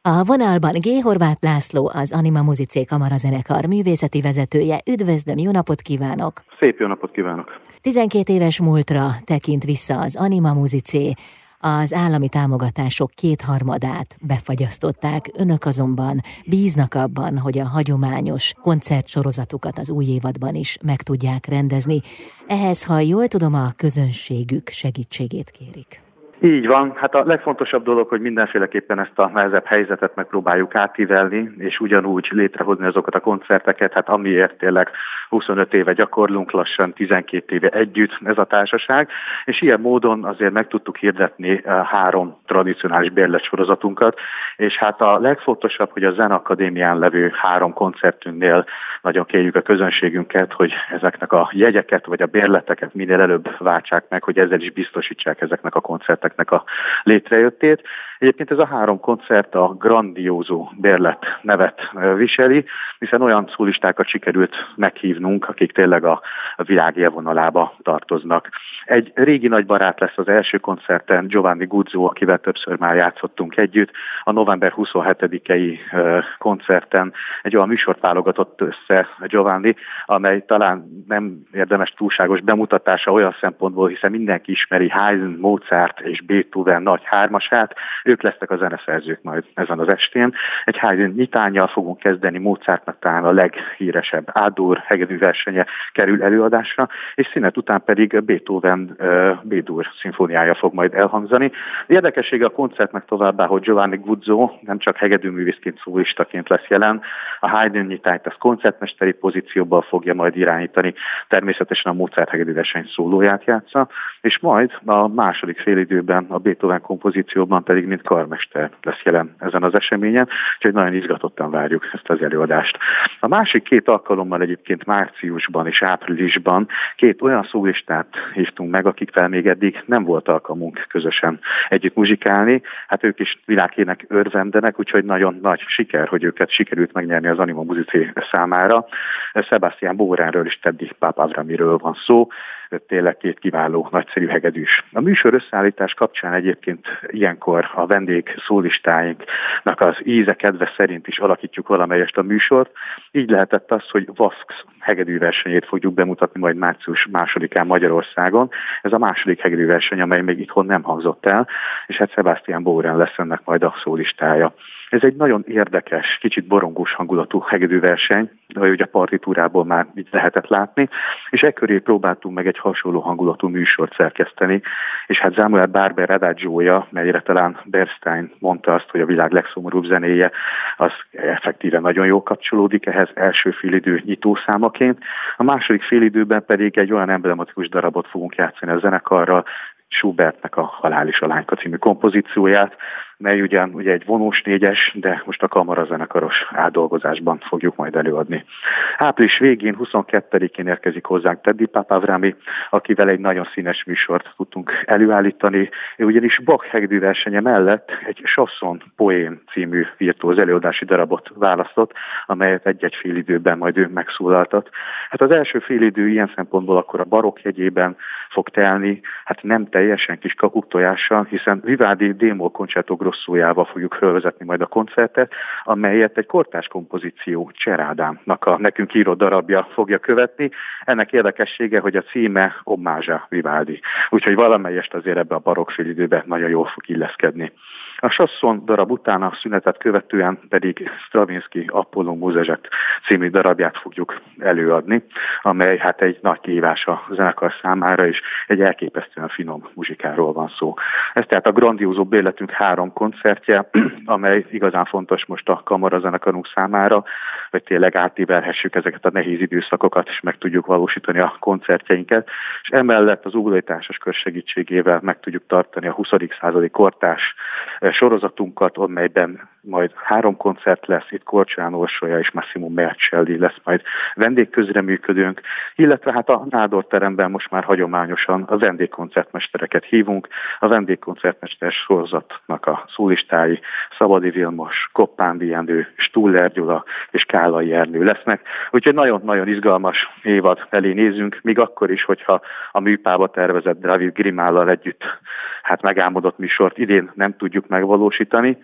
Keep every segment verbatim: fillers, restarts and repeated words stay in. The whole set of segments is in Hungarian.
A vonalban G. Horváth László, az Anima Musicé kamarazenekar művészeti vezetője. Üdvözlöm, jó napot kívánok! Szép jó napot kívánok! tizenkét éves múltra tekint vissza az Anima Musicé. Az állami támogatások kétharmadát befagyasztották, önök azonban bíznak abban, hogy a hagyományos koncertsorozatukat az új évadban is meg tudják rendezni. Ehhez, ha jól tudom, a közönségük segítségét kérik. Így van, hát a legfontosabb dolog, hogy mindenféleképpen ezt a nehezebb helyzetet megpróbáljuk átívelni, és ugyanúgy létrehozni azokat a koncerteket, hát amiért tényleg huszonöt éve gyakorlunk, lassan tizenkét éve együtt ez a társaság, és ilyen módon azért meg tudtuk hirdetni három tradicionális bérletsorozatunkat, és hát a legfontosabb, hogy a Zeneakadémián levő három koncertünknél nagyon kérjük a közönségünket, hogy ezeknek a jegyeket vagy a bérleteket minél előbb váltsák meg, hogy ezzel is biztosítsák ezeknek a koncerteknek a létrejöttét. Egyébként ez a három koncert a Grandioso bérlet nevet viseli, hiszen olyan szólistákat sikerült meghívnunk, akik tényleg a, a világ élvonalába tartoznak. Egy régi nagy barát lesz az első koncerten, Giovanni Guzzo, akivel többször már játszottunk együtt. A november huszonhetedikei koncerten egy olyan műsort válogatott össze Giovanni, amely talán nem érdemes túlságos bemutatása olyan szempontból, hiszen mindenki ismeri Haydn, Mozart és Beethoven nagy hármasát. Ők lesznek a zeneszerzők majd ezen az estén. Egy Haydn nyitánnyal fogunk kezdeni, Mozartnak talán a leghíresebb A-dur hegedű versenye kerül előadásra, és szünet után pedig Beethoven uh, B-dur szimfóniája fog majd elhangzani. Érdekessége a koncertnek továbbá, hogy Giovanni Guzzo nem csak hegedűművészként, szólistaként lesz jelen, a Haydn nyitányt az koncertmesteri pozícióban fogja majd irányítani, természetesen a Mozart hegedűverseny szólóját játsza, és majd a második félidőben a Beethoven kompozícióban pedig mint karmester lesz jelen ezen az eseményen, úgyhogy nagyon izgatottan várjuk ezt az előadást. A másik két alkalommal egyébként márciusban és áprilisban két olyan szólistát hívtunk meg, akikkel még eddig nem volt alkalmunk közösen együtt muzsikálni. Hát ők is világének örvendenek, úgyhogy nagyon nagy siker, hogy őket sikerült megnyerni az Anima Musicé számára. Sebastian Bóráról és Teddy Papavramiről van szó, tényleg két kiváló, nagyszerű hegedűs. A műsor összeállítás kapcsán egyébként ilyenkor a vendég szólistáinknak az íze kedve szerint is alakítjuk valamelyest a műsort. Így lehetett az, hogy Vasks hegedűversenyét fogjuk bemutatni majd március másodikán Magyarországon. Ez a második hegedűverseny, amely még itthon nem hangzott el, és hát Sebastian Bórán lesz ennek majd a szólistája. Ez egy nagyon érdekes, kicsit borongós hangulatú hegedűverseny, ahogy a partitúrából már így lehetett látni, és ekköré próbáltunk meg egy hasonló hangulatú műsort szerkeszteni, és hát Samuel Barber Adagioja, melyre talán Bernstein mondta azt, hogy a világ legszomorúbb zenéje, az effektíven nagyon jól kapcsolódik ehhez első félidő nyitószámaként. A második félidőben pedig egy olyan emblematikus darabot fogunk játszani a zenekarral, Schubertnek a Halál és a lányka című kompozícióját, mely ugyan ugye egy vonós négyes, de most a kamarazenekaros átdolgozásban fogjuk majd előadni. Április végén, huszonkettedikén érkezik hozzánk Teddy Papavrami, akivel egy nagyon színes műsort tudtunk előállítani. Ő ugyanis Bach hegedűversenye mellett egy Chanson Poén című virtuóz előadási darabot választott, amelyet egy-egy fél időben majd ő megszólaltat. Hát az első fél idő ilyen szempontból akkor a barokk jegyében fog telni, hát nem teljesen kis kakuktojással, hiszen Vivaldi D-moll Concerto Grossójával fogjuk felvezetni majd a koncertet, amelyet egy kortárs kompozíció Cserádámnak a nekünk írott darabja fogja követni. Ennek érdekessége, hogy a címe Ommázsa Vivaldi. Úgyhogy valamelyest azért ebbe a barokk félidőbe nagyon jól fog illeszkedni. A Chanson darab után a szünetet követően pedig Stravinsky Apollo Mózesek című darabját fogjuk előadni, amely hát egy nagy kihívás a zenekar számára, és egy elképesztően finom muzsikáról van szó. Ez tehát a Grandioso bérletünk három koncertje, amely igazán fontos most a kamarazenekarunk számára, hogy tényleg átívelhessük ezeket a nehéz időszakokat, és meg tudjuk valósítani a koncertjeinket, és emellett az Óbudai Társaskör segítségével meg tudjuk tartani a huszadik századi kortárs sorozatunkat, amelyben majd három koncert lesz, itt Korcsán Orsolya és Massimo Mercelli lesz majd vendégközreműködőnk, illetve hát a Nádor teremben most már hagyományosan a vendégkoncertmestereket hívunk, a vendégkoncertmester sorozatnak a szólistái Szabadi Vilmos, Koppándi Jenő, Stuller Gyula és Kállai Ernő lesznek, úgyhogy nagyon-nagyon izgalmas évad elé nézünk, még akkor is, hogyha a műpába tervezett David Grimállal együtt hát megálmodott műsort idén nem tudjuk megvalósítani,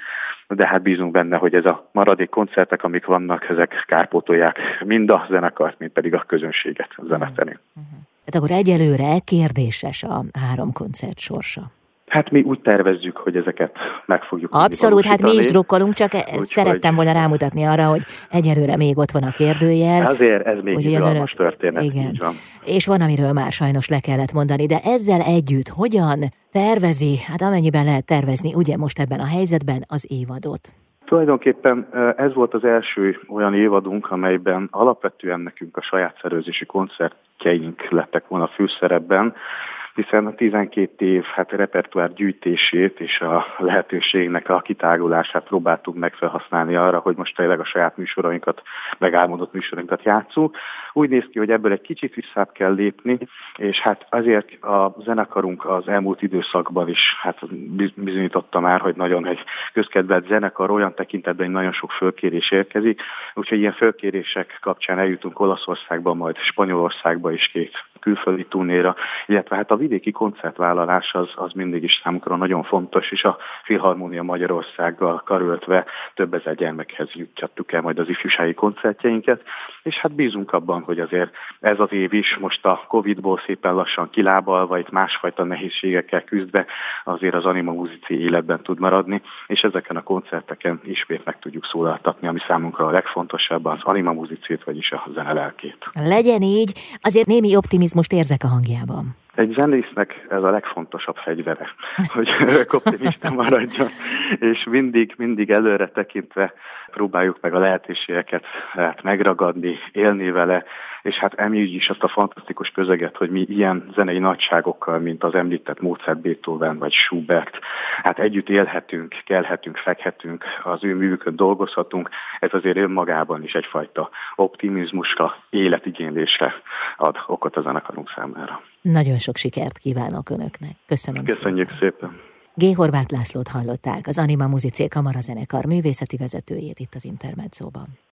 de hát bízunk benne, hogy ez a maradék koncertek, amik vannak, ezek kárpótolják mind a zenekart, mind pedig a közönséget a zeneterén. Uh-huh. Hát akkor egyelőre kérdéses a három koncert sorsa. Hát mi úgy tervezzük, hogy ezeket meg fogjuk Abszolút, hát mi is drukkolunk, csak úgy, szerettem volna rámutatni arra, hogy egyelőre még ott van a kérdőjel. Azért ez még izgalmas önök... történet. Igen. És van, amiről már sajnos le kellett mondani, de ezzel együtt hogyan tervezi, hát amennyiben lehet tervezni, ugye most ebben a helyzetben az évadot? Tulajdonképpen ez volt az első olyan évadunk, amelyben alapvetően nekünk a saját szervezési koncertjeink lettek volna főszerepben, hiszen a tizenkét év hát repertoár gyűjtését és a lehetőségnek a kitágulását próbáltuk meg felhasználni arra, hogy most tényleg a saját műsorainkat, megálmodott műsorainkat játszunk. Úgy néz ki, hogy ebből egy kicsit visszább kell lépni, és hát azért a zenekarunk az elmúlt időszakban is hát bizonyította már, hogy nagyon egy közkedvelt zenekar, olyan tekintetben, hogy nagyon sok fölkérés érkezik, úgyhogy ilyen fölkérések kapcsán eljutunk Olaszországba, majd Spanyolországba is két külföldi turnéra, illetve hát a vidéki koncertvállalás az, az mindig is számunkra nagyon fontos, és a Filharmónia Magyarországgal karöltve több ezer gyermekhez juttattuk el majd az ifjúsági koncertjeinket, és hát bízunk abban, hogy azért ez az év is most a Covidból szépen lassan kilábalva, itt másfajta nehézségekkel küzdve azért az Anima Musicae életben tud maradni, és ezeken a koncerteken ismét meg tudjuk szólaltatni, ami számunkra a legfontosabb, az Anima Musicae-t, vagyis a zene lelkét. Legyen így, azért némi optimizmust érzek a hangjában. Egy zenésznek ez a legfontosabb fegyvere, hogy optimista maradjon, és mindig, mindig előre tekintve próbáljuk meg a lehetőségeket hát megragadni, élni vele, és hát említsd is azt a fantasztikus közeget, hogy mi ilyen zenei nagyságokkal, mint az említett Mozart, Beethoven vagy Schubert, hát együtt élhetünk, kelhetünk, fekhetünk, az ő művükön dolgozhatunk, ez azért önmagában is egyfajta optimizmusra, életigénylésre ad okot a zenekarunk számára. Nagyon sok sikert kívánok önöknek. Köszönöm Köszönjük szépen. szépen. G. Horváth Lászlót hallották, az Anima Musicae kamarazenekar művészeti vezetőjét itt az Intermedzóban.